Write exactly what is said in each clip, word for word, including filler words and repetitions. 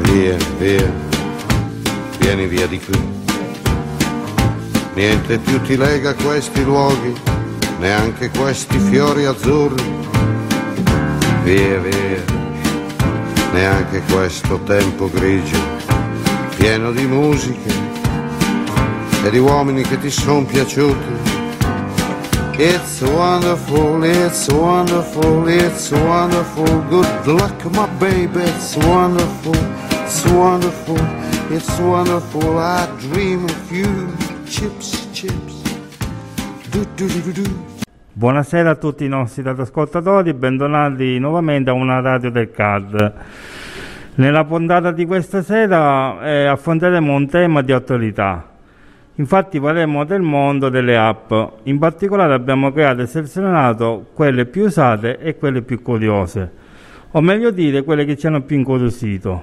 Via, via, vieni via di qui. Niente più ti lega a questi luoghi, neanche questi fiori azzurri. Via, via, neanche questo tempo grigio, pieno di musiche e di uomini che ti son piaciuti. It's wonderful, it's wonderful, it's wonderful. Good luck, my baby, it's wonderful, it's wonderful, it's wonderful. I dream of you, chips, chips. Do, do, do, do, do. Buonasera a tutti i nostri radioascoltatori, bentornati nuovamente a una radio del C A D. Nella puntata di questa sera eh, affronteremo un tema di attualità. Infatti parleremo del mondo delle app. In particolare abbiamo creato e selezionato quelle più usate e quelle più curiose, o meglio dire quelle che ci hanno più incuriosito.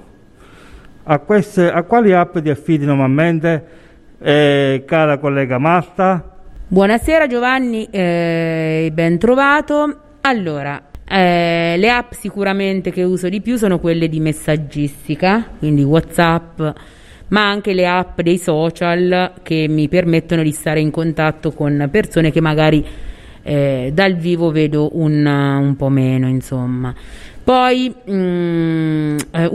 A, queste, a quali app ti affidi normalmente, eh, cara collega Marta? Buonasera Giovanni, eh, ben trovato. Allora, eh, le app sicuramente che uso di più sono quelle di messaggistica, quindi WhatsApp, ma anche le app dei social che mi permettono di stare in contatto con persone che magari eh, dal vivo vedo un, un po' meno, insomma. Poi mh, eh,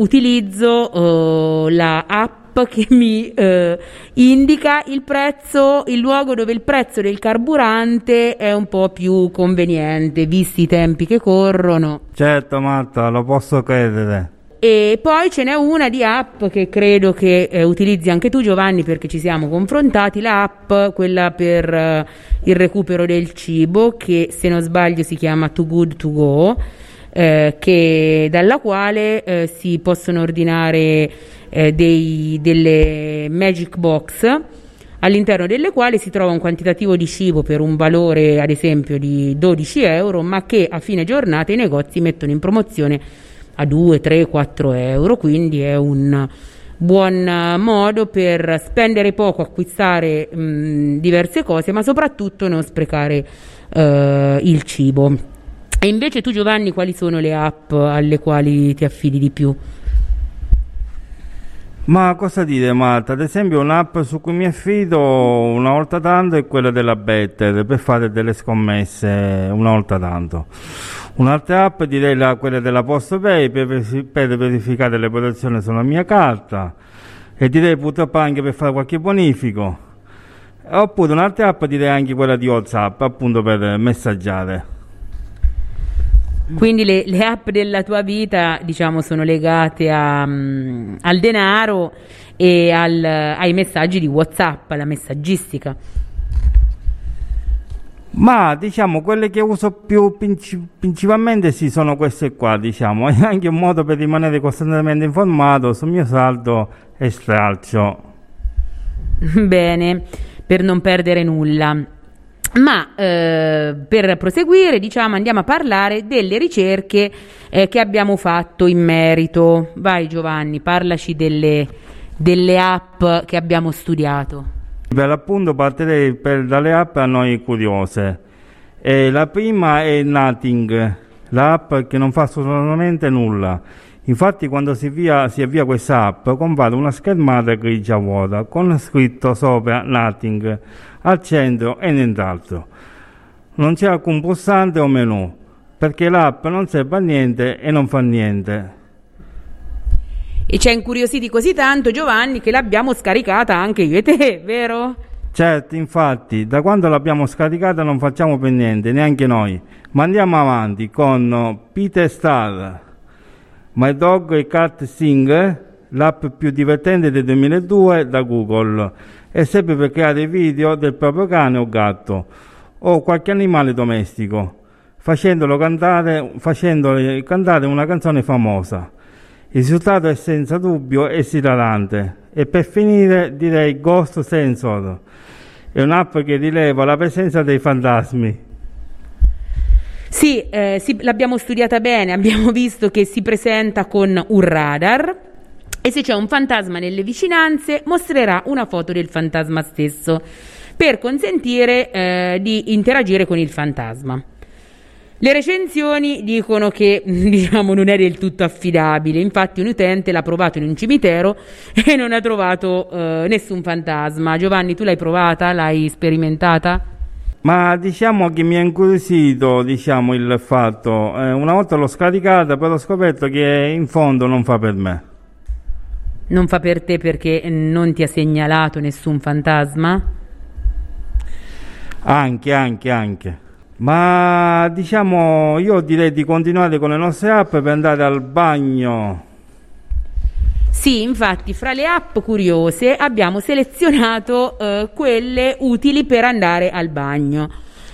utilizzo eh, la app che mi eh, indica il prezzo, il luogo dove il prezzo del carburante è un po' più conveniente, visti i tempi che corrono. Certo Marta, lo posso credere. E poi ce n'è una di app che credo che eh, utilizzi anche tu Giovanni, perché ci siamo confrontati, la app, quella per eh, il recupero del cibo, che se non sbaglio si chiama Too Good To Go, eh, che, dalla quale eh, si possono ordinare eh, dei, delle Magic Box, all'interno delle quali si trova un quantitativo di cibo per un valore ad esempio di dodici euro, ma che a fine giornata i negozi mettono in promozione a due, tre, quattro euro, quindi è un buon modo per spendere poco, acquistare mh, diverse cose, ma soprattutto non sprecare uh, il cibo. E invece tu Giovanni, quali sono le app alle quali ti affidi di più? Ma cosa dire Marta, ad esempio un'app su cui mi affido una volta tanto è quella della Better, per fare delle scommesse una volta tanto. Un'altra app direi la, quella della PostePay per, per verificare le protezioni sulla mia carta, e direi purtroppo anche per fare qualche bonifico. Oppure un'altra app direi anche quella di WhatsApp, appunto per messaggiare. Quindi le, le app della tua vita, diciamo, sono legate a, um, al denaro e al, ai messaggi di WhatsApp, alla messaggistica. Ma diciamo quelle che uso più principalmente sì sono queste qua, diciamo, è anche un modo per rimanere costantemente informato sul mio saldo e stralcio. Bene, per non perdere nulla. Ma eh, per proseguire, diciamo, andiamo a parlare delle ricerche eh, che abbiamo fatto in merito. Vai Giovanni, parlaci delle, delle app che abbiamo studiato. Per l'appunto partirei per, dalle app a noi curiose. E la prima è Nothing, l'app che non fa assolutamente nulla. Infatti quando si avvia, si avvia questa app compare una schermata grigia vuota con scritto sopra Nothing al centro e nient'altro. Non c'è alcun pulsante o menu, perché l'app non serve a niente e non fa niente. E ci ha incuriositi così tanto Giovanni che l'abbiamo scaricata anche io e te, vero? Certo, infatti, da quando l'abbiamo scaricata non facciamo per niente, neanche noi. Ma andiamo avanti con Peter Star, My Dog e Cat Singer, l'app più divertente del duemiladue da Google, e sempre per creare video del proprio cane o gatto o qualche animale domestico, facendolo cantare, facendolo cantare una canzone famosa. Il risultato è senza dubbio esilarante. E per finire direi Ghost Sensor, è un'app che rileva la presenza dei fantasmi. Sì, eh, sì, l'abbiamo studiata bene, abbiamo visto che si presenta con un radar e se c'è un fantasma nelle vicinanze mostrerà una foto del fantasma stesso per consentire eh, di interagire con il fantasma. Le recensioni dicono che, diciamo, non è del tutto affidabile. Infatti un utente l'ha provato in un cimitero e non ha trovato eh, nessun fantasma. Giovanni, tu l'hai provata? L'hai sperimentata? Ma diciamo che mi ha incuriosito, diciamo, il fatto. Eh, una volta l'ho scaricata, però ho scoperto che in fondo non fa per me. Non fa per te perché non ti ha segnalato nessun fantasma? Anche, anche, anche. Ma diciamo, io direi di continuare con le nostre app per andare al bagno. Sì, infatti fra le app curiose abbiamo selezionato eh, quelle utili per andare al bagno.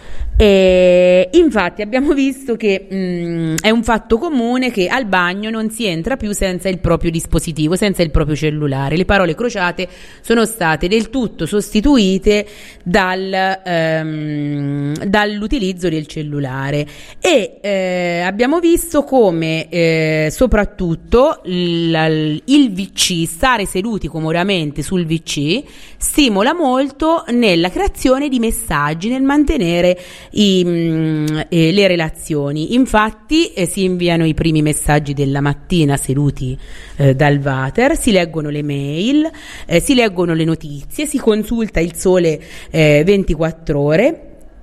E infatti abbiamo visto che mh, è un fatto comune che al bagno non si entra più senza il proprio dispositivo, senza il proprio cellulare. Le parole crociate sono state del tutto sostituite dal, ehm, dall'utilizzo del cellulare e eh, abbiamo visto come eh, soprattutto il, il V C, stare seduti comodamente sul V C, stimola molto nella creazione di messaggi, nel mantenere I, mh, eh, le relazioni. Infatti eh, si inviano i primi messaggi della mattina seduti eh, dal water, si leggono le mail, eh, si leggono le notizie, si consulta il Sole eh, ventiquattro ore.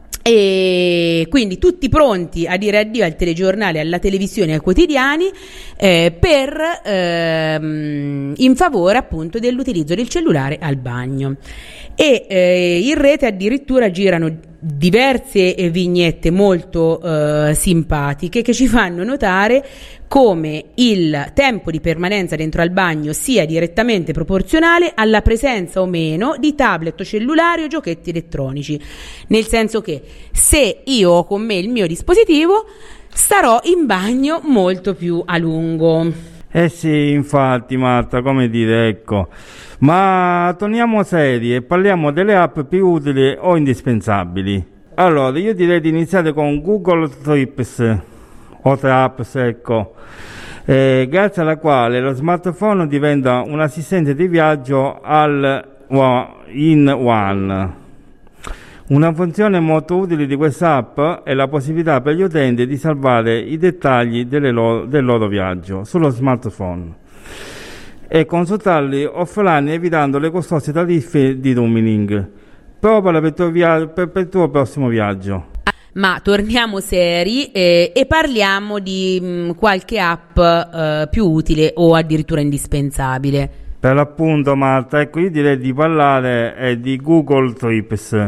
E quindi tutti pronti a dire addio al telegiornale, alla televisione, ai quotidiani eh, per ehm, in favore appunto dell'utilizzo del cellulare al bagno. E eh, in rete addirittura girano diverse eh, vignette molto eh, simpatiche che ci fanno notare come il tempo di permanenza dentro al bagno sia direttamente proporzionale alla presenza o meno di tablet o cellulari o giochetti elettronici, nel senso che se io ho con me il mio dispositivo starò in bagno molto più a lungo. Eh sì, infatti Marta, come dire, ecco. Ma torniamo seri e parliamo delle app più utili o indispensabili. Allora, io direi di iniziare con Google Trips o Traps, ecco, eh, grazie alla quale lo smartphone diventa un assistente di viaggio all in one. Una funzione molto utile di questa app è la possibilità per gli utenti di salvare i dettagli delle loro, del loro viaggio sullo smartphone e consultarli offline evitando le costose tariffe di roaming proprio per il tuo, via- per, per il tuo prossimo viaggio. Ma torniamo seri eh, e parliamo di mh, qualche app eh, più utile o addirittura indispensabile. Per l'appunto Marta, ecco, io direi di parlare eh, di Google Trips,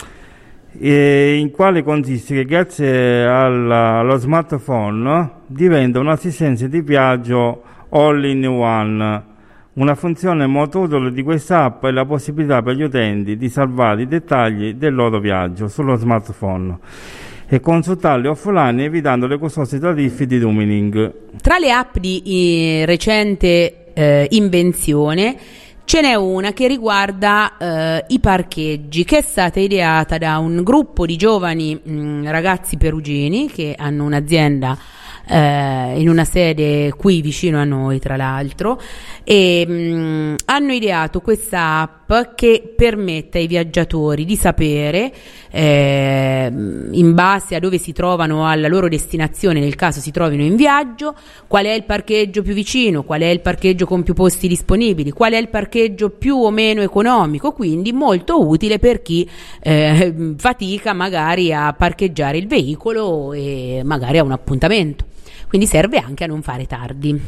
e in quale consiste che grazie alla, allo smartphone diventa un'assistenza di viaggio all in one. Una funzione molto utile di questa app è la possibilità per gli utenti di salvare i dettagli del loro viaggio sullo smartphone e consultarli offline evitando le costose tariffe di roaming. Tra le app di eh, recente eh, invenzione ce n'è una che riguarda eh, i parcheggi, che è stata ideata da un gruppo di giovani mh, ragazzi perugini che hanno un'azienda eh, in una sede qui vicino a noi, tra l'altro, e mh, hanno ideato questa app che permette ai viaggiatori di sapere eh, in base a dove si trovano alla loro destinazione, nel caso si trovino in viaggio, qual è il parcheggio più vicino, qual è il parcheggio con più posti disponibili, qual è il parcheggio più o meno economico, quindi molto utile per chi eh, fatica magari a parcheggiare il veicolo e magari ha un appuntamento, quindi serve anche a non fare tardi.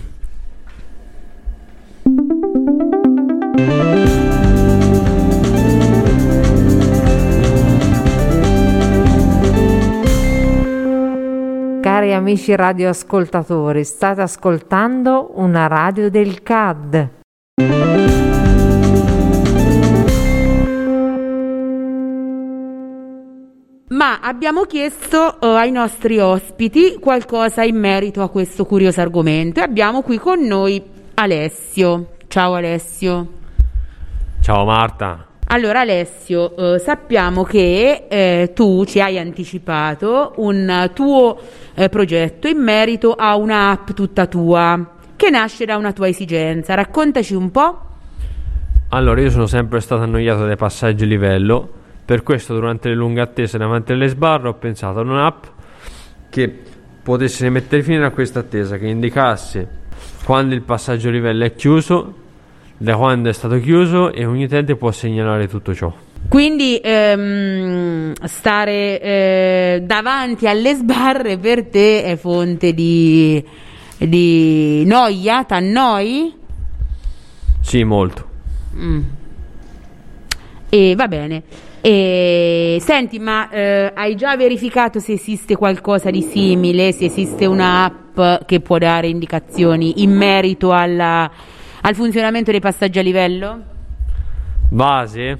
Cari amici radioascoltatori, state ascoltando una radio del C A D. Ma abbiamo chiesto uh, ai nostri ospiti qualcosa in merito a questo curioso argomento e abbiamo qui con noi Alessio. Ciao Alessio. Ciao Marta. Allora Alessio, eh, sappiamo che eh, tu ci hai anticipato un tuo eh, progetto in merito a un'app tutta tua, che nasce da una tua esigenza. Raccontaci un po'. Allora, io sono sempre stato annoiato dai passaggi livello, per questo durante le lunghe attese davanti alle sbarre ho pensato a un'app che potesse mettere fine a questa attesa, che indicasse quando il passaggio a livello è chiuso, da quando è stato chiuso, e ogni utente può segnalare tutto ciò. Quindi ehm, stare eh, davanti alle sbarre per te è fonte di, di noia? T'annoi? Sì, molto. Mm. E va bene. E, senti, ma eh, hai già verificato se esiste qualcosa di simile, se esiste un'app che può dare indicazioni in merito alla, al funzionamento dei passaggi a livello? Base?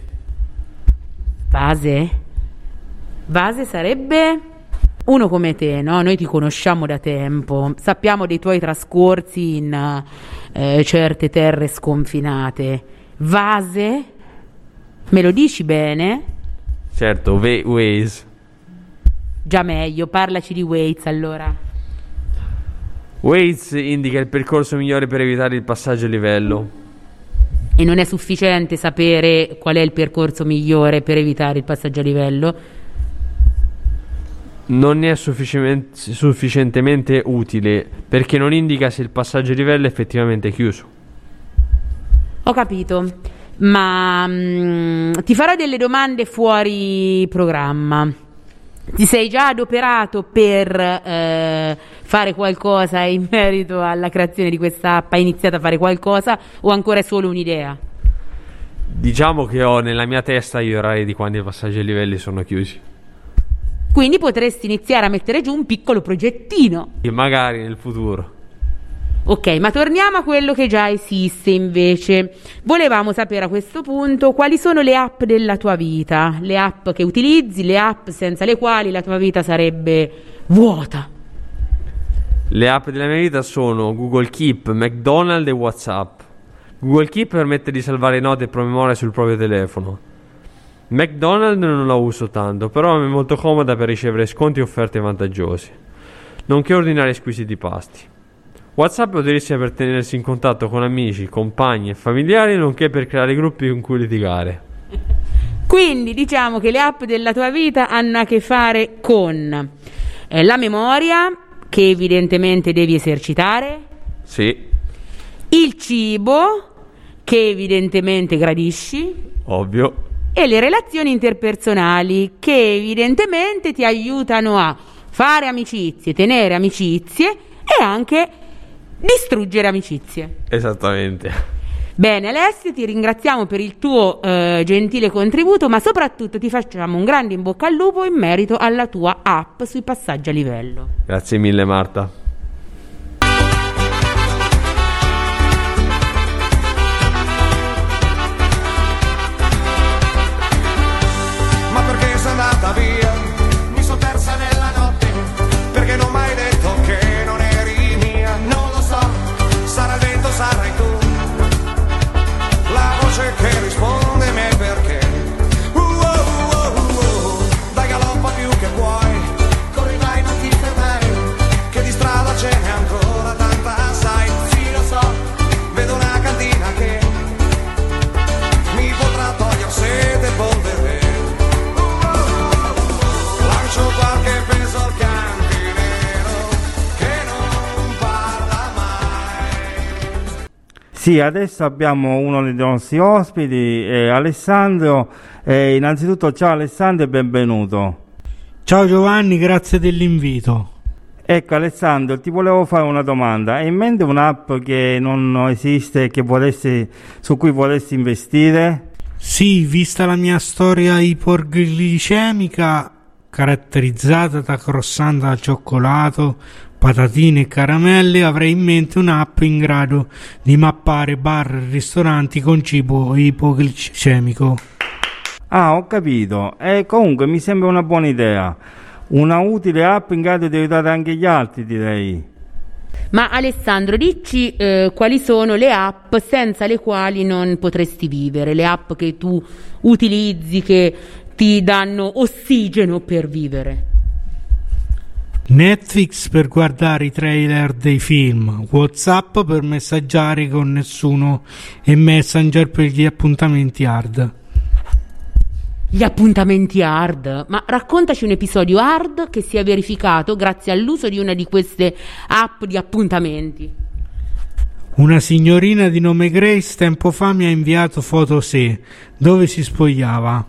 Base? Base sarebbe uno come te, no? Noi ti conosciamo da tempo, sappiamo dei tuoi trascorsi in eh, certe terre sconfinate. Vase? Me lo dici bene? Certo, Wa- Waze. Già meglio, parlaci di Waze allora. Waze indica il percorso migliore per evitare il passaggio a livello. E non è sufficiente sapere qual è il percorso migliore per evitare il passaggio a livello? Non è sufficientemente, sufficientemente utile, perché non indica se il passaggio a livello è effettivamente chiuso. Ho capito, ma mh, ti farò delle domande fuori programma. Ti sei già adoperato per eh, fare qualcosa in merito alla creazione di questa app? Hai iniziato a fare qualcosa o ancora è solo un'idea? Diciamo che ho nella mia testa gli orari di quando i passaggi a livelli sono chiusi. Quindi potresti iniziare a mettere giù un piccolo progettino. E magari nel futuro. Ok, ma torniamo a quello che già esiste invece. Volevamo sapere a questo punto quali sono le app della tua vita, le app che utilizzi, le app senza le quali la tua vita sarebbe vuota. Le app della mia vita sono Google Keep, McDonald's e WhatsApp. Google Keep permette di salvare note e promemoria sul proprio telefono. McDonald's non la uso tanto, però è molto comoda per ricevere sconti e offerte vantaggiose, nonché ordinare squisiti pasti. WhatsApp è utilissima per tenersi in contatto con amici, compagni e familiari, nonché per creare gruppi con cui litigare. Quindi diciamo che le app della tua vita hanno a che fare con eh, la memoria, che evidentemente devi esercitare. Sì. Il cibo, che evidentemente gradisci. Ovvio. E le relazioni interpersonali, che evidentemente ti aiutano a fare amicizie, tenere amicizie e anche distruggere amicizie. Esattamente. Bene Alessio, ti ringraziamo per il tuo eh, gentile contributo, ma soprattutto ti facciamo un grande in bocca al lupo in merito alla tua app sui passaggi a livello. Grazie mille Marta. Ma perché sei andata via? Mi son persa nella notte, perché non m'hai detto che non eri mia. Non lo so, sarà il vento, sarai tu, la voce che risponde me perché. Uh, uh, uh, uh, uh. Dai galoppa più che puoi, corri vai non ti fermare, che di strada ce n'è ancora tanta, sai. Sì lo so, vedo una cantina che mi potrà togliere sete e polvere. Lancio qualche peso al cantinero che non parla mai. Sì, adesso abbiamo uno dei nostri ospiti, eh, Alessandro. Eh, innanzitutto ciao Alessandro e benvenuto. Ciao Giovanni, grazie dell'invito. Ecco Alessandro, ti volevo fare una domanda. Hai in mente un'app che non esiste, che vorresti, su cui vorresti investire? Sì, vista la mia storia ipoglicemica, caratterizzata da croissant al cioccolato, patatine e caramelle, avrei in mente un'app in grado di mappare bar e ristoranti con cibo ipoglicemico. Ah, ho capito. E comunque mi sembra una buona idea. Una utile app in grado di aiutare anche gli altri, direi. Ma Alessandro, dici eh, quali sono le app senza le quali non potresti vivere, le app che tu utilizzi, che ti danno ossigeno per vivere. Netflix per guardare i trailer dei film, WhatsApp per messaggiare con nessuno e Messenger per gli appuntamenti hard. Gli appuntamenti hard. Ma raccontaci un episodio hard che si è verificato grazie all'uso di una di queste app di appuntamenti. Una signorina di nome Grace tempo fa mi ha inviato foto sé, dove si spogliava.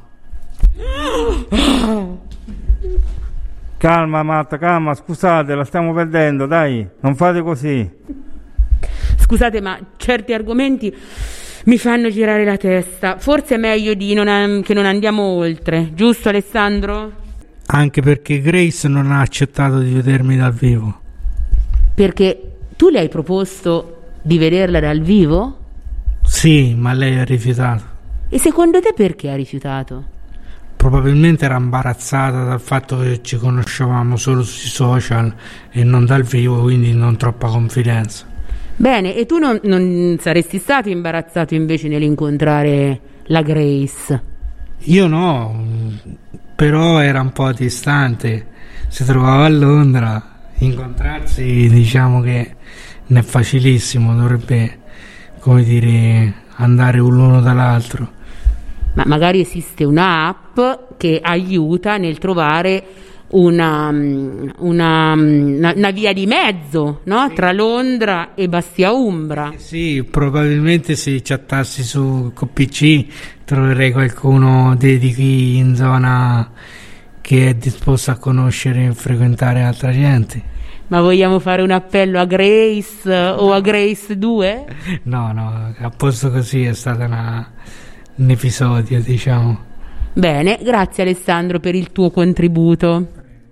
Calma Marta, calma, scusate, la stiamo perdendo, dai, non fate così. Scusate, ma certi argomenti mi fanno girare la testa. Forse è meglio di non an- che non andiamo oltre, giusto Alessandro? Anche perché Grace non ha accettato di vedermi dal vivo. Perché tu le hai proposto di vederla dal vivo? Sì, ma lei ha rifiutato. E secondo te perché ha rifiutato? Probabilmente era imbarazzata dal fatto che ci conoscevamo solo sui social e non dal vivo, quindi non troppa confidenza. Bene, e tu non, non saresti stato imbarazzato invece nell'incontrare la Grace? Io no, però era un po' distante, si trovava a Londra, incontrarsi diciamo che non è facilissimo, dovrebbe, come dire, andare l'uno dall'altro. Ma magari esiste un'app che aiuta nel trovare una, una, una, una via di mezzo, no? Sì. Tra Londra e Bastia Umbra. Eh sì, probabilmente se chattassi su con P C troverei qualcuno di qui in zona che è disposto a conoscere e frequentare altra gente. Ma vogliamo fare un appello a Grace o a Grace due? No, no, a posto così, è stata una, un episodio, diciamo. Bene, grazie Alessandro per il tuo contributo.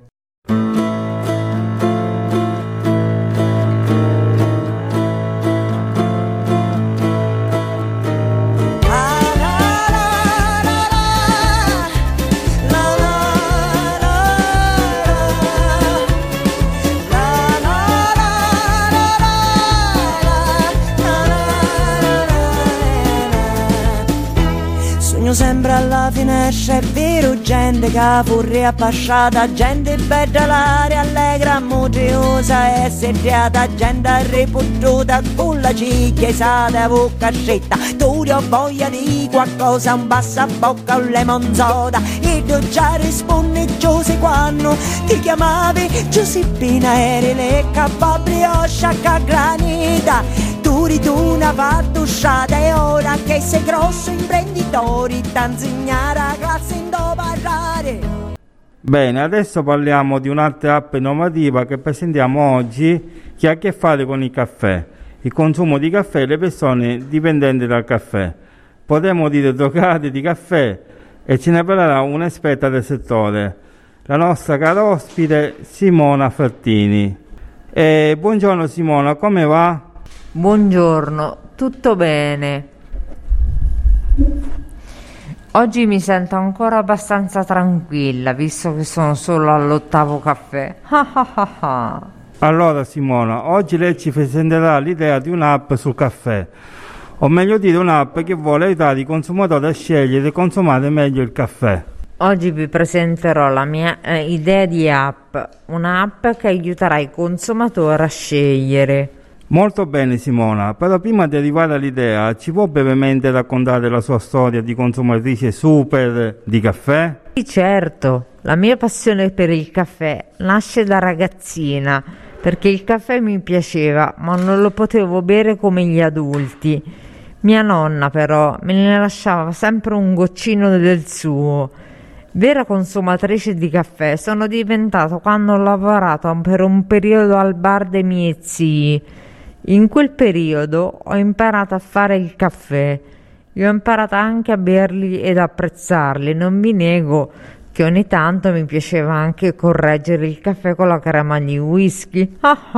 Sempre alla finestra, è vero, gente che furri appasciata, gente bella l'aria allegra, motriosa e sediata, gente ripututa con la ciglia esata, bocca stretta, tu ti ho voglia di qualcosa, un passabocca, un lemon soda, e tu già rispondi Giuse quando ti chiamavi Giuseppina, eri le capabrio sciacca granita, tu rituna fatto uscita e ora che sei grosso imprenditore t'insegnare a classe in do parlare. Bene, adesso parliamo di un'altra app innovativa che presentiamo oggi che ha a che fare con il caffè, il consumo di caffè e le persone dipendenti dal caffè. Potremmo dire drogate di caffè e ce ne parlerà un'esperta del settore, la nostra cara ospite Simona Frattini. E buongiorno Simona, come va? Buongiorno, tutto bene. Oggi mi sento ancora abbastanza tranquilla, visto che sono solo all'ottavo caffè. Allora Simona, oggi lei ci presenterà l'idea di un'app sul caffè, o meglio dire un'app che vuole aiutare i consumatori a scegliere e consumare meglio il caffè. Oggi vi presenterò la mia eh, idea di app, un'app che aiuterà i consumatori a scegliere. Molto bene Simona, però prima di arrivare all'idea ci può brevemente raccontare la sua storia di consumatrice super di caffè? Sì, certo, la mia passione per il caffè nasce da ragazzina, perché il caffè mi piaceva, ma non lo potevo bere come gli adulti. Mia nonna però me ne lasciava sempre un goccino del suo. Vera consumatrice di caffè sono diventata quando ho lavorato per un periodo al bar dei miei zii. In quel periodo ho imparato a fare il caffè e ho imparato anche a berli ed apprezzarli. Non vi nego che ogni tanto mi piaceva anche correggere il caffè con la crema di whisky.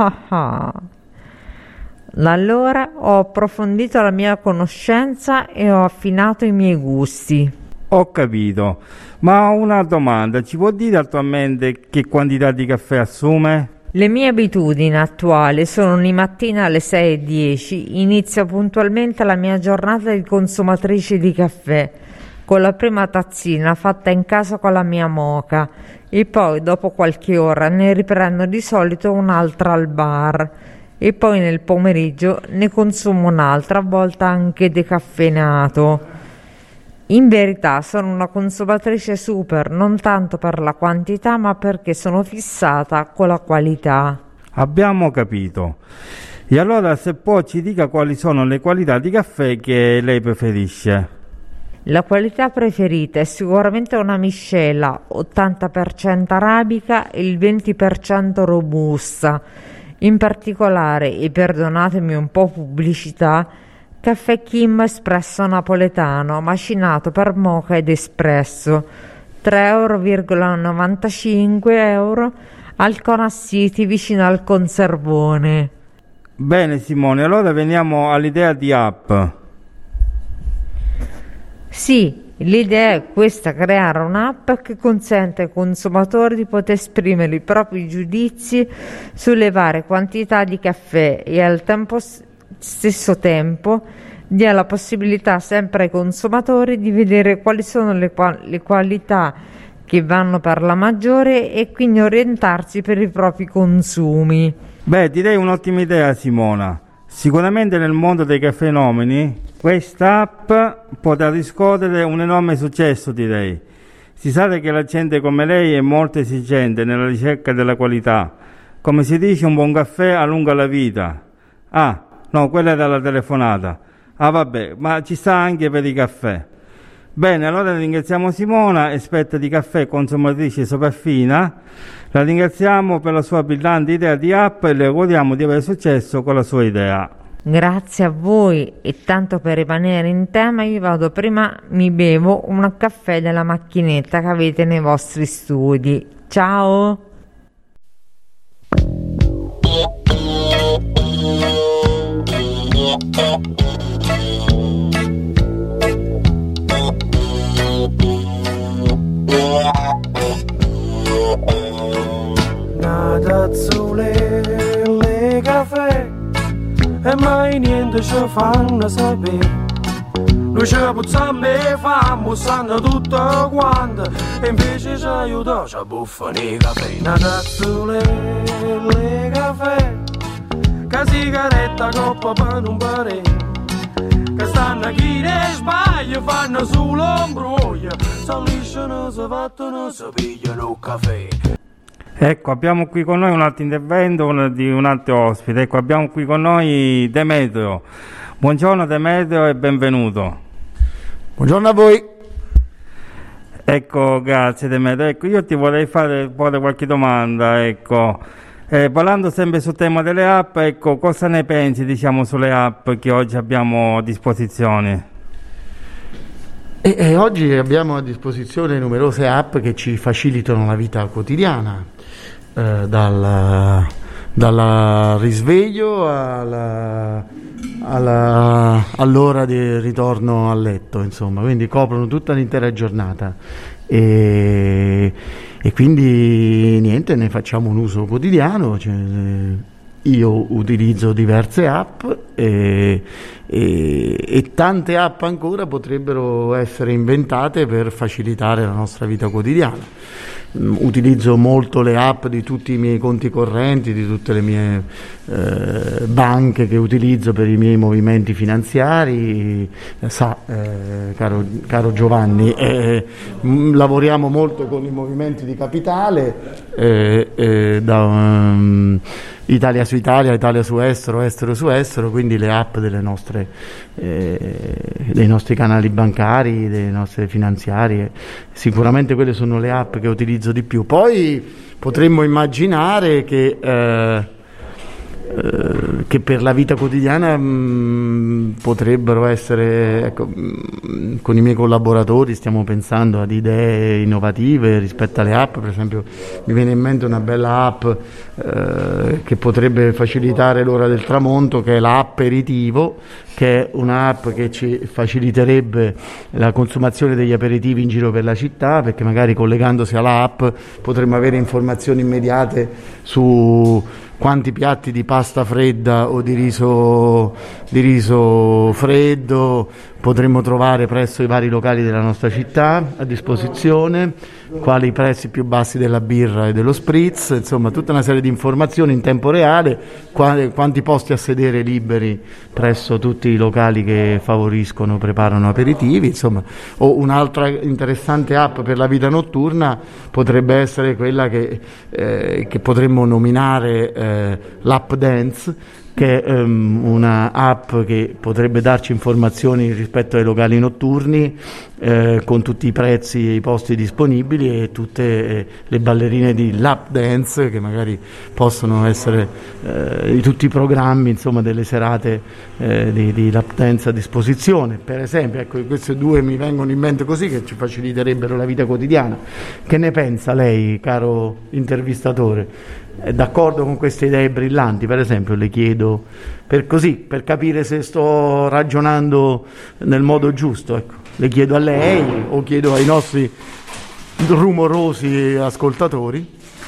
Da allora ho approfondito la mia conoscenza e ho affinato i miei gusti. Ho capito, ma una domanda, ci può dire attualmente che quantità di caffè assume? Le mie abitudini attuali sono ogni mattina alle sei e dieci, inizio puntualmente la mia giornata di consumatrice di caffè, con la prima tazzina fatta in casa con la mia moka, e poi dopo qualche ora ne riprendo di solito un'altra al bar, e poi nel pomeriggio ne consumo un'altra, a volte anche decaffeinato. In verità sono una consumatrice super, non tanto per la quantità, ma perché sono fissata con la qualità. Abbiamo capito. E allora, se può, ci dica quali sono le qualità di caffè che lei preferisce. La qualità preferita è sicuramente una miscela ottanta per cento arabica e il venti per cento robusta. In particolare, e perdonatemi un po' pubblicità, caffè Kim espresso napoletano, macinato per moka ed espresso, tre virgola novantacinque euro al Kona City vicino al Conservone. Bene Simone, allora veniamo all'idea di app. Sì, l'idea è questa: creare un'app che consente ai consumatori di poter esprimere i propri giudizi sulle varie quantità di caffè e al tempo stesso tempo dia la possibilità sempre ai consumatori di vedere quali sono le, qual- le qualità che vanno per la maggiore e quindi orientarsi per i propri consumi. Beh, direi un'ottima idea Simona. Sicuramente nel mondo dei caffenomani questa app potrà riscuotere un enorme successo, direi. Si sa che la gente come lei è molto esigente nella ricerca della qualità. Come si dice, un buon caffè allunga la vita. Ah, no, quella era la telefonata. Ah vabbè, ma ci sta anche per i caffè. Bene, allora ringraziamo Simona, esperta di caffè, consumatrice superfina. La ringraziamo per la sua brillante idea di app e le auguriamo di avere successo con la sua idea. Grazie a voi, e tanto per rimanere in tema io vado prima, mi bevo un caffè della macchinetta che avete nei vostri studi. Ciao! Una tazzone le caffè e mai niente ci fanno sapere. Noi ci puzziamo e famo, sanno tutto quanto, e invece ci aiuta, ci buffano i caffè. Una tazzone le caffè, che sigaretta coppa per un pare, che stanno chi ne sbaglia, fanno solo imbroglio, si lisciano, si fattono, si pigliano un caffè. Ecco, abbiamo qui con noi un altro intervento di un altro ospite. Ecco, abbiamo qui con noi Demetrio. Buongiorno Demetrio e benvenuto. Buongiorno a voi. Ecco, grazie Demetrio. Ecco, io ti vorrei fare porre qualche domanda, ecco. Eh, parlando sempre sul tema delle app, ecco, cosa ne pensi, diciamo, sulle app che oggi abbiamo a disposizione? E, e oggi abbiamo a disposizione numerose app che ci facilitano la vita quotidiana, eh, dal, dal risveglio alla, alla, all'ora di ritorno a letto, insomma, quindi coprono tutta l'intera giornata e, e quindi niente, ne facciamo un uso quotidiano. Cioè, io utilizzo diverse app e, e, e tante app ancora potrebbero essere inventate per facilitare la nostra vita quotidiana. Utilizzo molto le app di tutti i miei conti correnti, di tutte le mie eh, banche che utilizzo per i miei movimenti finanziari. Sa, eh, caro, caro Giovanni, eh, m- lavoriamo molto con i movimenti di capitale, eh, eh, da um, Italia su Italia, Italia su estero, estero su estero, quindi le app delle nostre, eh, dei nostri canali bancari, delle nostre finanziarie, sicuramente quelle sono le app che utilizzo di più. Poi potremmo immaginare che, eh, eh, che per la vita quotidiana mh, potrebbero essere, ecco, mh, con i miei collaboratori stiamo pensando ad idee innovative rispetto alle app. Per esempio mi viene in mente una bella app eh, che potrebbe facilitare l'ora del tramonto, che è l'app Aperitivo, che è un'app che ci faciliterebbe la consumazione degli aperitivi in giro per la città, perché magari collegandosi alla app potremmo avere informazioni immediate su quanti piatti di pasta fredda o di riso, di riso freddo potremmo trovare presso i vari locali della nostra città a disposizione, quali i prezzi più bassi della birra e dello spritz, insomma tutta una serie di informazioni in tempo reale, quali, quanti posti a sedere liberi presso tutti i locali che favoriscono, preparano aperitivi, insomma. O un'altra interessante app per la vita notturna potrebbe essere quella che, eh, che potremmo nominare eh, l'app Dance, che è um, una app che potrebbe darci informazioni rispetto ai locali notturni, eh, con tutti i prezzi e i posti disponibili e tutte eh, le ballerine di lap dance che magari possono essere eh, di tutti i programmi, insomma, delle serate eh, di, di lap dance a disposizione. Per esempio, ecco, queste due mi vengono in mente così, che ci faciliterebbero la vita quotidiana. Che ne pensa lei, caro intervistatore? È d'accordo con queste idee brillanti? Per esempio, le chiedo, per così, per capire se sto ragionando nel modo giusto, ecco, le chiedo a lei o chiedo ai nostri rumorosi ascoltatori.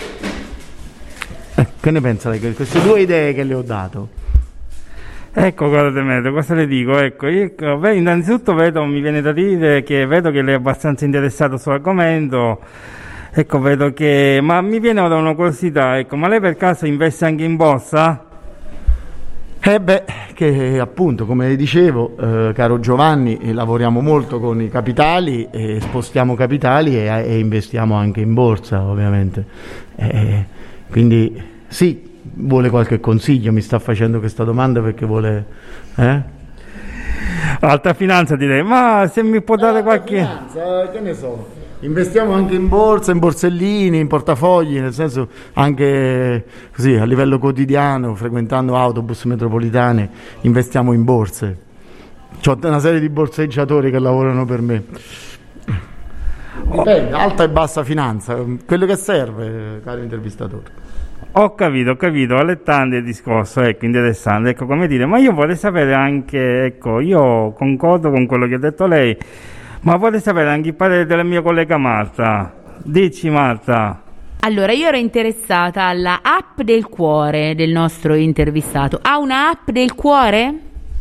Eh, che ne pensa lei di queste due idee che le ho dato? Ecco, guarda Demetrio, cosa le dico? Ecco, io, beh, innanzitutto vedo, mi viene da dire che vedo che lei è abbastanza interessato sull'argomento. Ecco, vedo che... Ma mi viene ora una curiosità, ecco, ma lei per caso investe anche in borsa? Eh beh, che appunto, come dicevo, eh, caro Giovanni, eh, lavoriamo molto con i capitali, eh, spostiamo capitali e, e investiamo anche in borsa, ovviamente. Eh, quindi sì, vuole qualche consiglio, mi sta facendo questa domanda perché vuole... Eh? Alta finanza direi, ma se mi può dare qualche... Finanza, che ne so... Investiamo anche in borsa, in borsellini, in portafogli, nel senso anche così a livello quotidiano, frequentando autobus metropolitane, investiamo in borse. C'ho una serie di borseggiatori che lavorano per me. Dipende, alta e bassa finanza, quello che serve, caro intervistatore. Ho capito, ho capito, allettante il discorso, ecco, interessante, ecco, come dire, ma io vorrei sapere anche, ecco, io concordo con quello che ha detto lei, ma vorrei sapere anche il parere della mia collega Marta. Dici, Marta. Allora, io ero interessata alla app del cuore del nostro intervistato. Ha una app del cuore?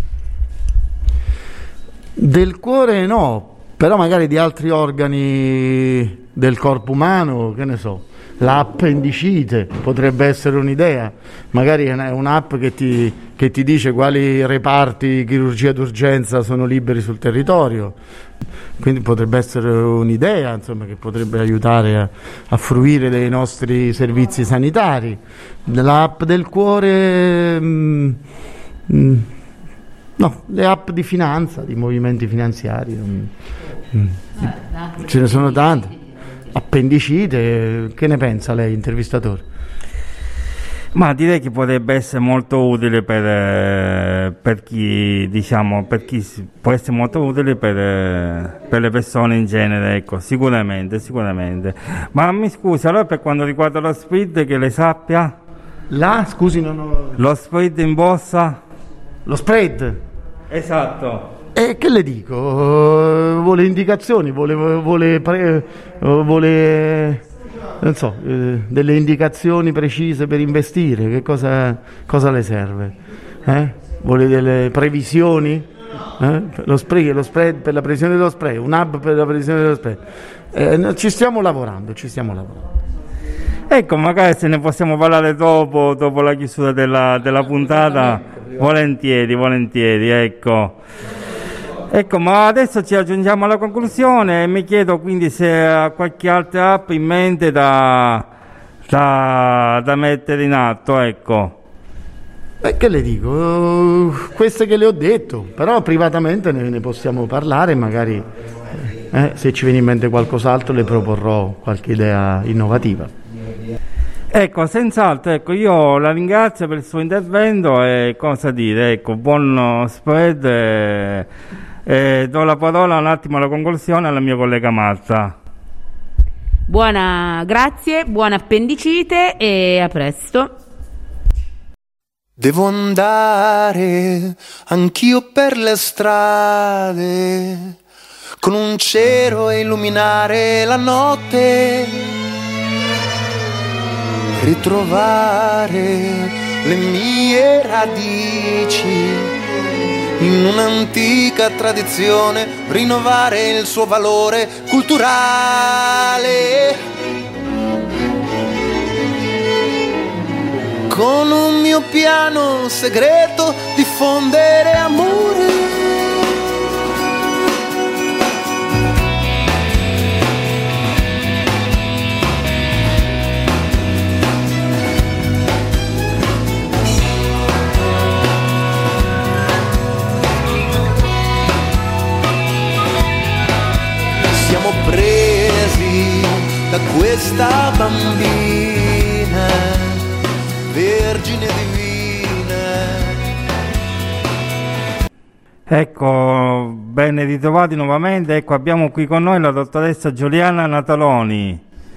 Del cuore no, però magari di altri organi del corpo umano, che ne so. L'appendicite potrebbe essere un'idea, magari è un'app che ti, che ti dice quali reparti chirurgia d'urgenza sono liberi sul territorio, quindi potrebbe essere un'idea, insomma, che potrebbe aiutare a, a fruire dei nostri servizi sanitari. L'app del cuore, mh, mh, no, le app di finanza, di movimenti finanziari, mh, mh, ce ne sono tante. Appendicite, che ne pensa lei, intervistatore? Ma direi che potrebbe essere molto utile per, per chi, diciamo, per chi può essere molto utile per, per le persone in genere, ecco, sicuramente, sicuramente. Ma mi scusi, allora per quanto riguarda lo spread, che lei sappia? La, scusi, non ho... Lo spread in borsa? Lo spread? Esatto. E che le dico? Uh, vuole indicazioni, vuole, vuole, pre, uh, vuole non so, uh, delle indicazioni precise per investire, che cosa, cosa le serve? Eh? Vuole delle previsioni? Eh? Lo spread, lo spread, per la previsione dello spread, un hub per la previsione dello spread. Eh, ci stiamo lavorando, ci stiamo lavorando. Ecco, magari se ne possiamo parlare dopo, dopo la chiusura della, della puntata, volentieri, volentieri, ecco. Ecco, ma adesso ci aggiungiamo alla conclusione e mi chiedo quindi se ha qualche altra app in mente da, da, da mettere in atto, ecco. Beh, che le dico? Uh, queste che le ho detto, però privatamente ne, ne possiamo parlare, magari eh, se ci viene in mente qualcos'altro le proporrò qualche idea innovativa. Ecco, senz'altro, ecco, io la ringrazio per il suo intervento e cosa dire, ecco, buon spread. E... Eh, do la parola un attimo alla conclusione alla mia collega Marta. Buona, grazie, buona appendicite e a presto. Devo andare anch'io per le strade con un cero e illuminare la notte, ritrovare le mie radici, in un'antica tradizione rinnovare il suo valore culturale. Con un mio piano segreto diffondere amore. Siamo presi da questa bambina, vergine divina. Ecco, ben ritrovati nuovamente. Ecco, abbiamo qui con noi la dottoressa Giuliana Nataloni.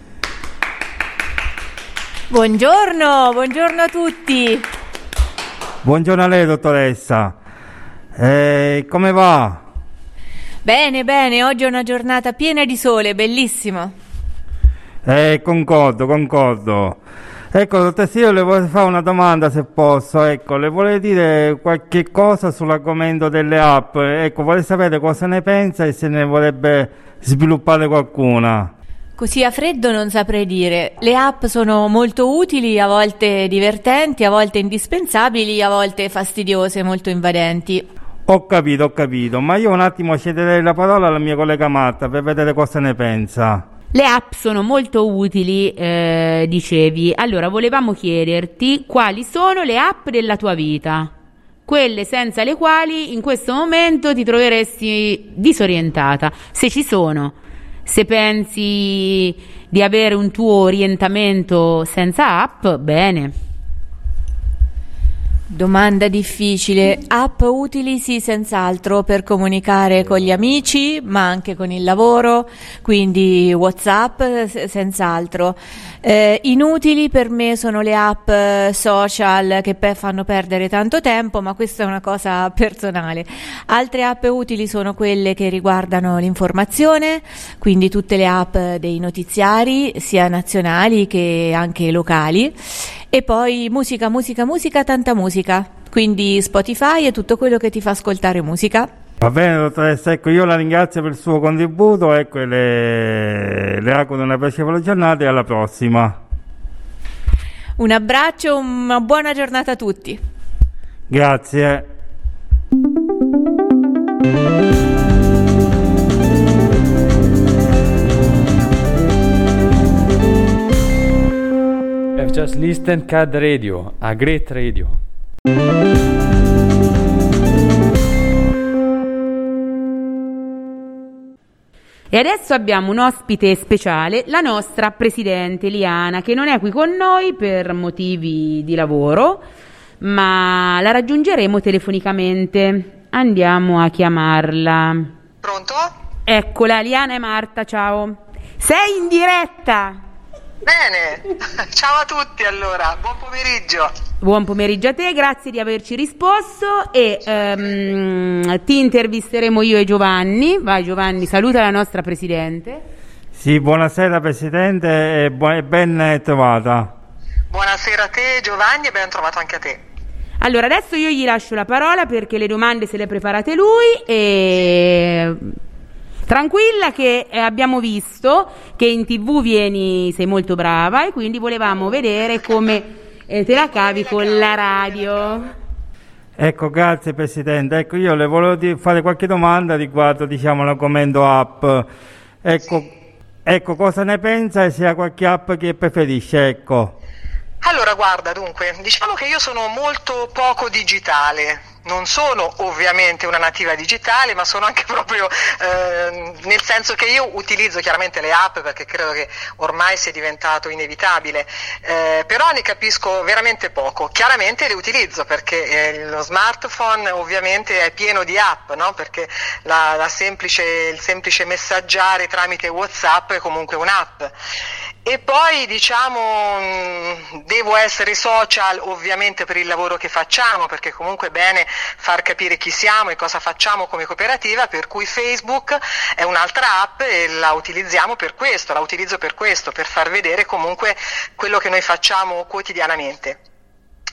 Buongiorno, buongiorno a tutti. Buongiorno a lei, dottoressa. Eh, come va? Bene, bene, oggi è una giornata piena di sole, bellissimo. Eh, concordo, concordo. Ecco, dottoressa, io le vorrei fare una domanda, se posso. Ecco, le vorrei dire qualche cosa sull'argomento delle app. Ecco, vorrei sapere cosa ne pensa e se ne vorrebbe sviluppare qualcuna. Così a freddo non saprei dire. Le app sono molto utili, a volte divertenti, a volte indispensabili, a volte fastidiose, molto invadenti. Ho capito, ho capito, ma io un attimo cederei la parola alla mia collega Marta per vedere cosa ne pensa. Le app sono molto utili, eh, dicevi. Allora, volevamo chiederti quali sono le app della tua vita, quelle senza le quali in questo momento ti troveresti disorientata, se ci sono, se pensi di avere un tuo orientamento senza app, bene. Domanda difficile. App utili sì, senz'altro, per comunicare con gli amici, ma anche con il lavoro, quindi WhatsApp senz'altro. Eh, inutili per me sono le app social che pe- fanno perdere tanto tempo, ma questa è una cosa personale. Altre app utili sono quelle che riguardano l'informazione, quindi tutte le app dei notiziari, sia nazionali che anche locali. E poi musica, musica, musica, tanta musica, quindi Spotify e tutto quello che ti fa ascoltare musica. Va bene, dottoressa, ecco, io la ringrazio per il suo contributo, ecco, e le, le auguro una piacevole giornata e alla prossima. Un abbraccio, una buona giornata a tutti. Grazie. I've just listened C A D Radio, a great radio. E adesso abbiamo un ospite speciale, la nostra presidente Liana, che non è qui con noi per motivi di lavoro, ma la raggiungeremo telefonicamente. Andiamo a chiamarla. Pronto? Eccola, Liana e Marta, ciao. Sei in diretta! Bene, ciao a tutti allora, buon pomeriggio. Buon pomeriggio a te, grazie di averci risposto e um, ti intervisteremo io e Giovanni. Vai Giovanni, saluta la nostra presidente. Sì, buonasera presidente e bu- ben trovata. Buonasera a te Giovanni e ben trovato anche a te. Allora adesso io gli lascio la parola perché le domande se le ha preparate lui e... Tranquilla che eh, abbiamo visto che in tv vieni, sei molto brava e quindi volevamo vedere come eh, te la cavi con la radio. Ecco, grazie Presidente. Ecco, io le volevo di- fare qualche domanda riguardo, diciamo, l'argomento app. Ecco, ecco, cosa ne pensa e se ha qualche app che preferisce, ecco. Allora guarda, dunque, diciamo che io sono molto poco digitale. Non sono ovviamente una nativa digitale, ma sono anche proprio eh, nel senso che io utilizzo chiaramente le app perché credo che ormai sia diventato inevitabile, eh, però ne capisco veramente poco. Chiaramente le utilizzo perché eh, lo smartphone ovviamente è pieno di app, no? Perché la, la semplice, il semplice messaggiare tramite WhatsApp è comunque un'app. E poi diciamo devo essere social ovviamente per il lavoro che facciamo, perché comunque è bene far capire chi siamo e cosa facciamo come cooperativa, per cui Facebook è un'altra app e la utilizziamo per questo, la utilizzo per questo, per far vedere comunque quello che noi facciamo quotidianamente.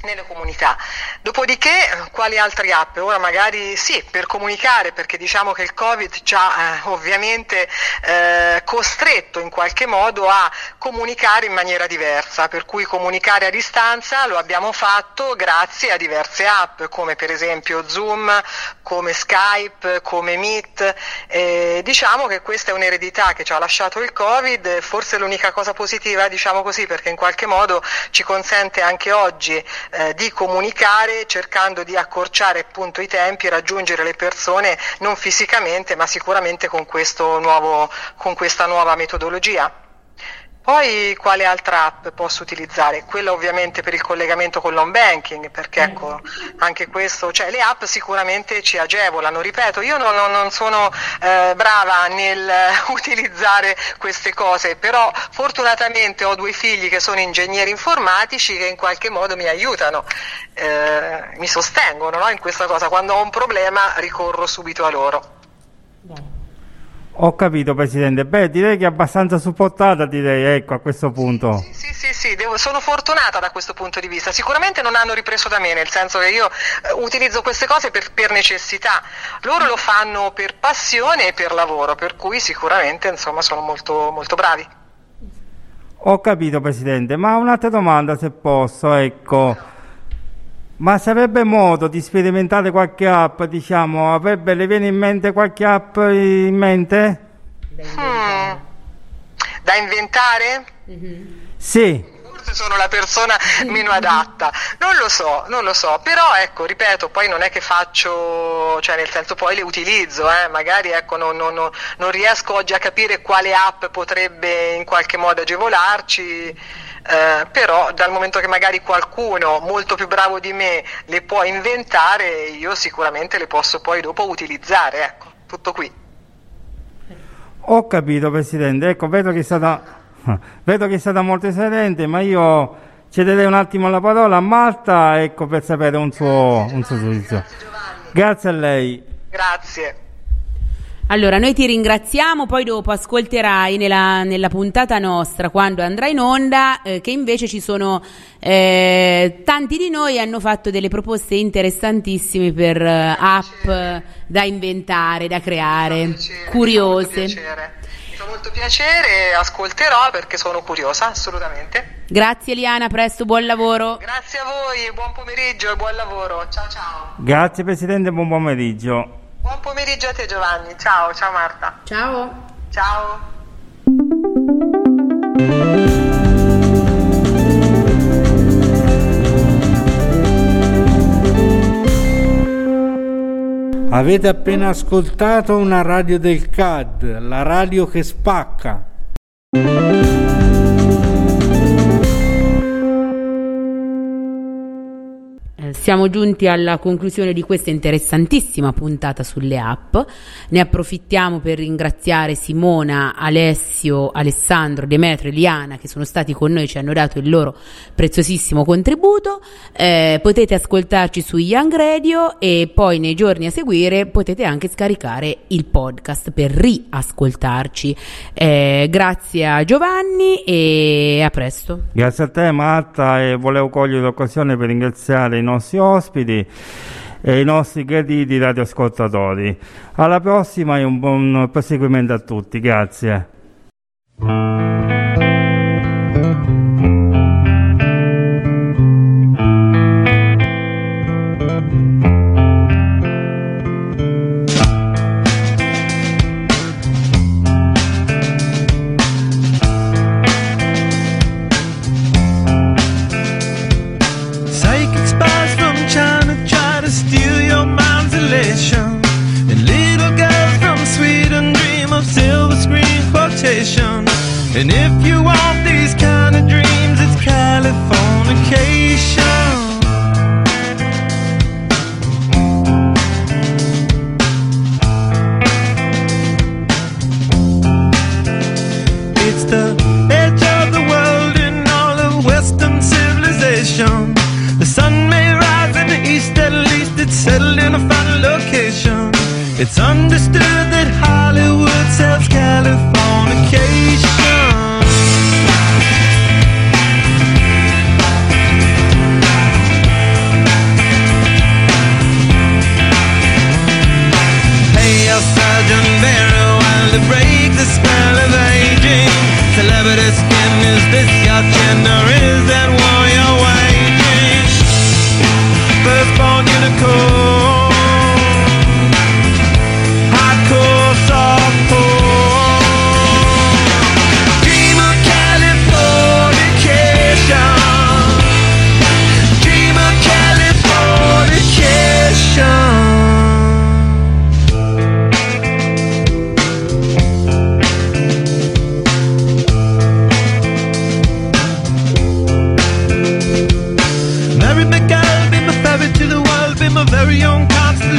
nelle comunità. Dopodiché quali altre app? Ora magari sì, per comunicare, perché diciamo che il Covid ci ha eh, ovviamente eh, costretto in qualche modo a comunicare in maniera diversa, per cui comunicare a distanza lo abbiamo fatto grazie a diverse app, come per esempio Zoom, come Skype, come Meet. Eh, diciamo che questa è un'eredità che ci ha lasciato il Covid, forse l'unica cosa positiva, diciamo così, perché in qualche modo ci consente anche oggi Eh, di comunicare cercando di accorciare appunto i tempi e raggiungere le persone non fisicamente ma sicuramente con questo nuovo, con questa nuova metodologia. Poi quale altra app posso utilizzare? Quella ovviamente per il collegamento con l'home banking, perché ecco, anche questo, cioè le app sicuramente ci agevolano. Ripeto, io non, non sono eh, brava nel utilizzare queste cose, però fortunatamente ho due figli che sono ingegneri informatici che in qualche modo mi aiutano, eh, mi sostengono, no, in questa cosa. Quando ho un problema ricorro subito a loro. Ho capito, Presidente. Beh, direi che è abbastanza supportata, direi, ecco, a questo punto. Sì, sì, sì, sì, devo, sono fortunata da questo punto di vista. Sicuramente non hanno ripreso da me, nel senso che io eh, utilizzo queste cose per, per necessità. Loro lo fanno per passione e per lavoro, per cui sicuramente, insomma, sono molto, molto bravi. Ho capito, Presidente, ma un'altra domanda, se posso, ecco. Ma se avrebbe modo di sperimentare qualche app, diciamo, avrebbe, le viene in mente qualche app in mente? Da inventare? Hmm. Da inventare? Mm-hmm. Sì. Forse sono la persona meno adatta, non lo so, non lo so, però ecco, ripeto, poi non è che faccio, cioè nel senso poi le utilizzo, eh, magari ecco non, non, non riesco oggi a capire quale app potrebbe in qualche modo agevolarci. Eh, però dal momento che magari qualcuno molto più bravo di me le può inventare, io sicuramente le posso poi dopo utilizzare, ecco, tutto qui. Ho capito, Presidente, ecco, vedo che è stata vedo che è stata molto esauriente, ma io cederei un attimo la parola a Marta, ecco, per sapere un suo, un suo giudizio. Grazie a lei. Grazie. Allora, noi ti ringraziamo, poi dopo ascolterai nella, nella puntata nostra, quando andrà in onda, eh, che invece ci sono eh, tanti di noi hanno fatto delle proposte interessantissime per eh, app da inventare, da creare, mi fa piacere, curiose. Mi fa molto piacere, mi fa molto piacere, ascolterò perché sono curiosa, assolutamente. Grazie Eliana, presto, buon lavoro. Grazie a voi, buon pomeriggio e buon lavoro, ciao ciao. Grazie Presidente, buon pomeriggio. Buon pomeriggio a te Giovanni, ciao, ciao Marta. Ciao. Ciao. Avete appena ascoltato una radio del C A D, la radio che spacca. Siamo giunti alla conclusione di questa interessantissima puntata sulle app. Ne approfittiamo per ringraziare Simona, Alessio, Alessandro, Demetrio e Liana che sono stati con noi e ci hanno dato il loro preziosissimo contributo. Eh, potete ascoltarci su Young Radio e poi nei giorni a seguire potete anche scaricare il podcast per riascoltarci. Eh, grazie a Giovanni e a presto. Grazie a te Marta, e volevo cogliere l'occasione per ringraziare i nostri ospiti e i nostri graditi radioascoltatori. Alla prossima e un buon proseguimento a tutti, grazie. And if you want these kind of dreams, it's Californication. It's the edge of the world in all of Western civilization. The sun may rise in the east, at least it's settled in a final location. It's understood that Hollywood sells Californication.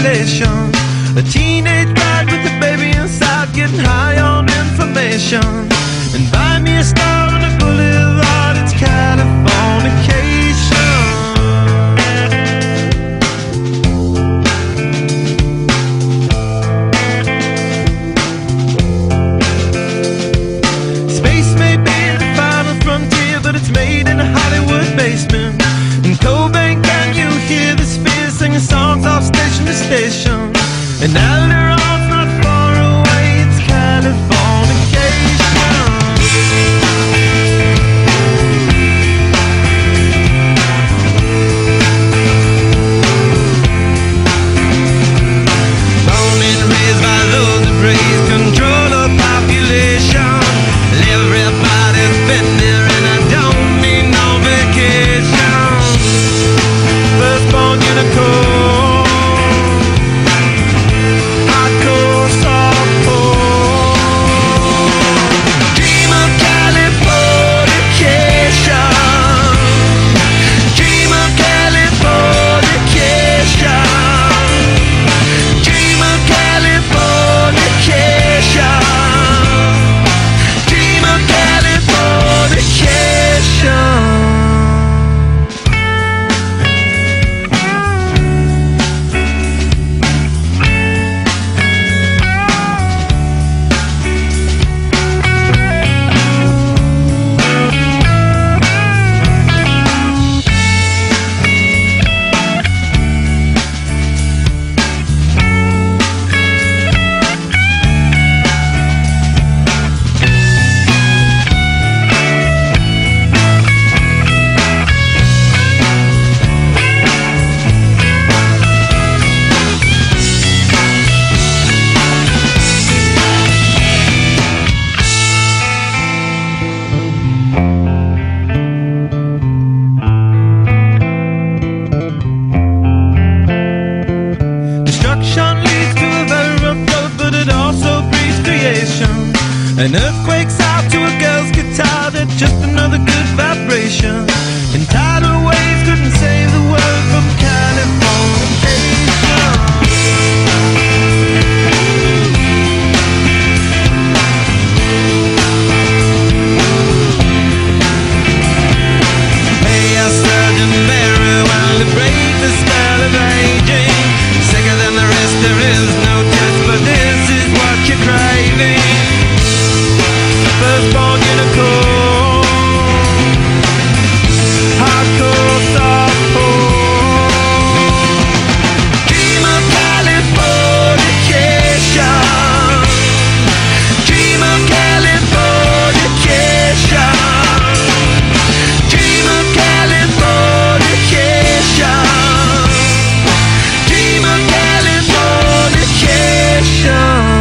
population. A teenage bride with a baby inside, getting high on information. And buy me a star on the boulevard, it's Californication. Space may be the final frontier, but it's made in a Hollywood basement. In Cobain, can you hear the spheres singing songs off station to station? And Alderon's not far away, it's Californication. Born and raised by those that raise control of population. Everybody's been there and I don't need no vacation. Firstborn unicorn. An earthquake's out to a girl's guitar, that's just another good vibration. And tidal waves couldn't save the world from Californication. Hey, a surgeon very well to break the spell of aging. Sicker than the rest, there is no test, but this is what you're craving. Firstborn unicorn, hardcore softcore. Dream of Californication, dream of Californication, dream of Californication, dream of Californication.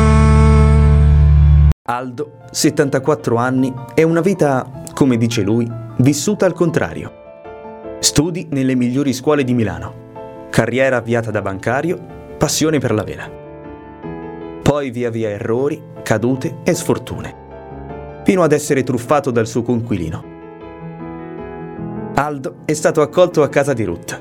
Aldo, settantaquattro anni, e una vita, come dice lui, vissuta al contrario. Studi nelle migliori scuole di Milano, carriera avviata da bancario, passione per la vela. Poi via via errori, cadute e sfortune, fino ad essere truffato dal suo coinquilino. Aldo è stato accolto a casa di Ruth.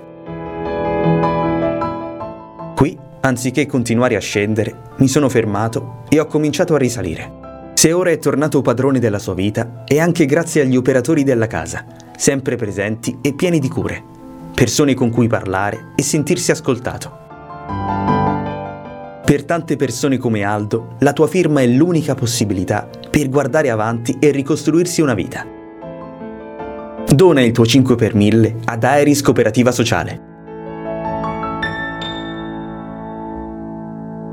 Qui, anziché continuare a scendere, mi sono fermato e ho cominciato a risalire. Se ora è tornato padrone della sua vita, è anche grazie agli operatori della casa, sempre presenti e pieni di cure, persone con cui parlare e sentirsi ascoltato. Per tante persone come Aldo, la tua firma è l'unica possibilità per guardare avanti e ricostruirsi una vita. Dona il tuo cinque per mille ad Aeris Cooperativa Sociale.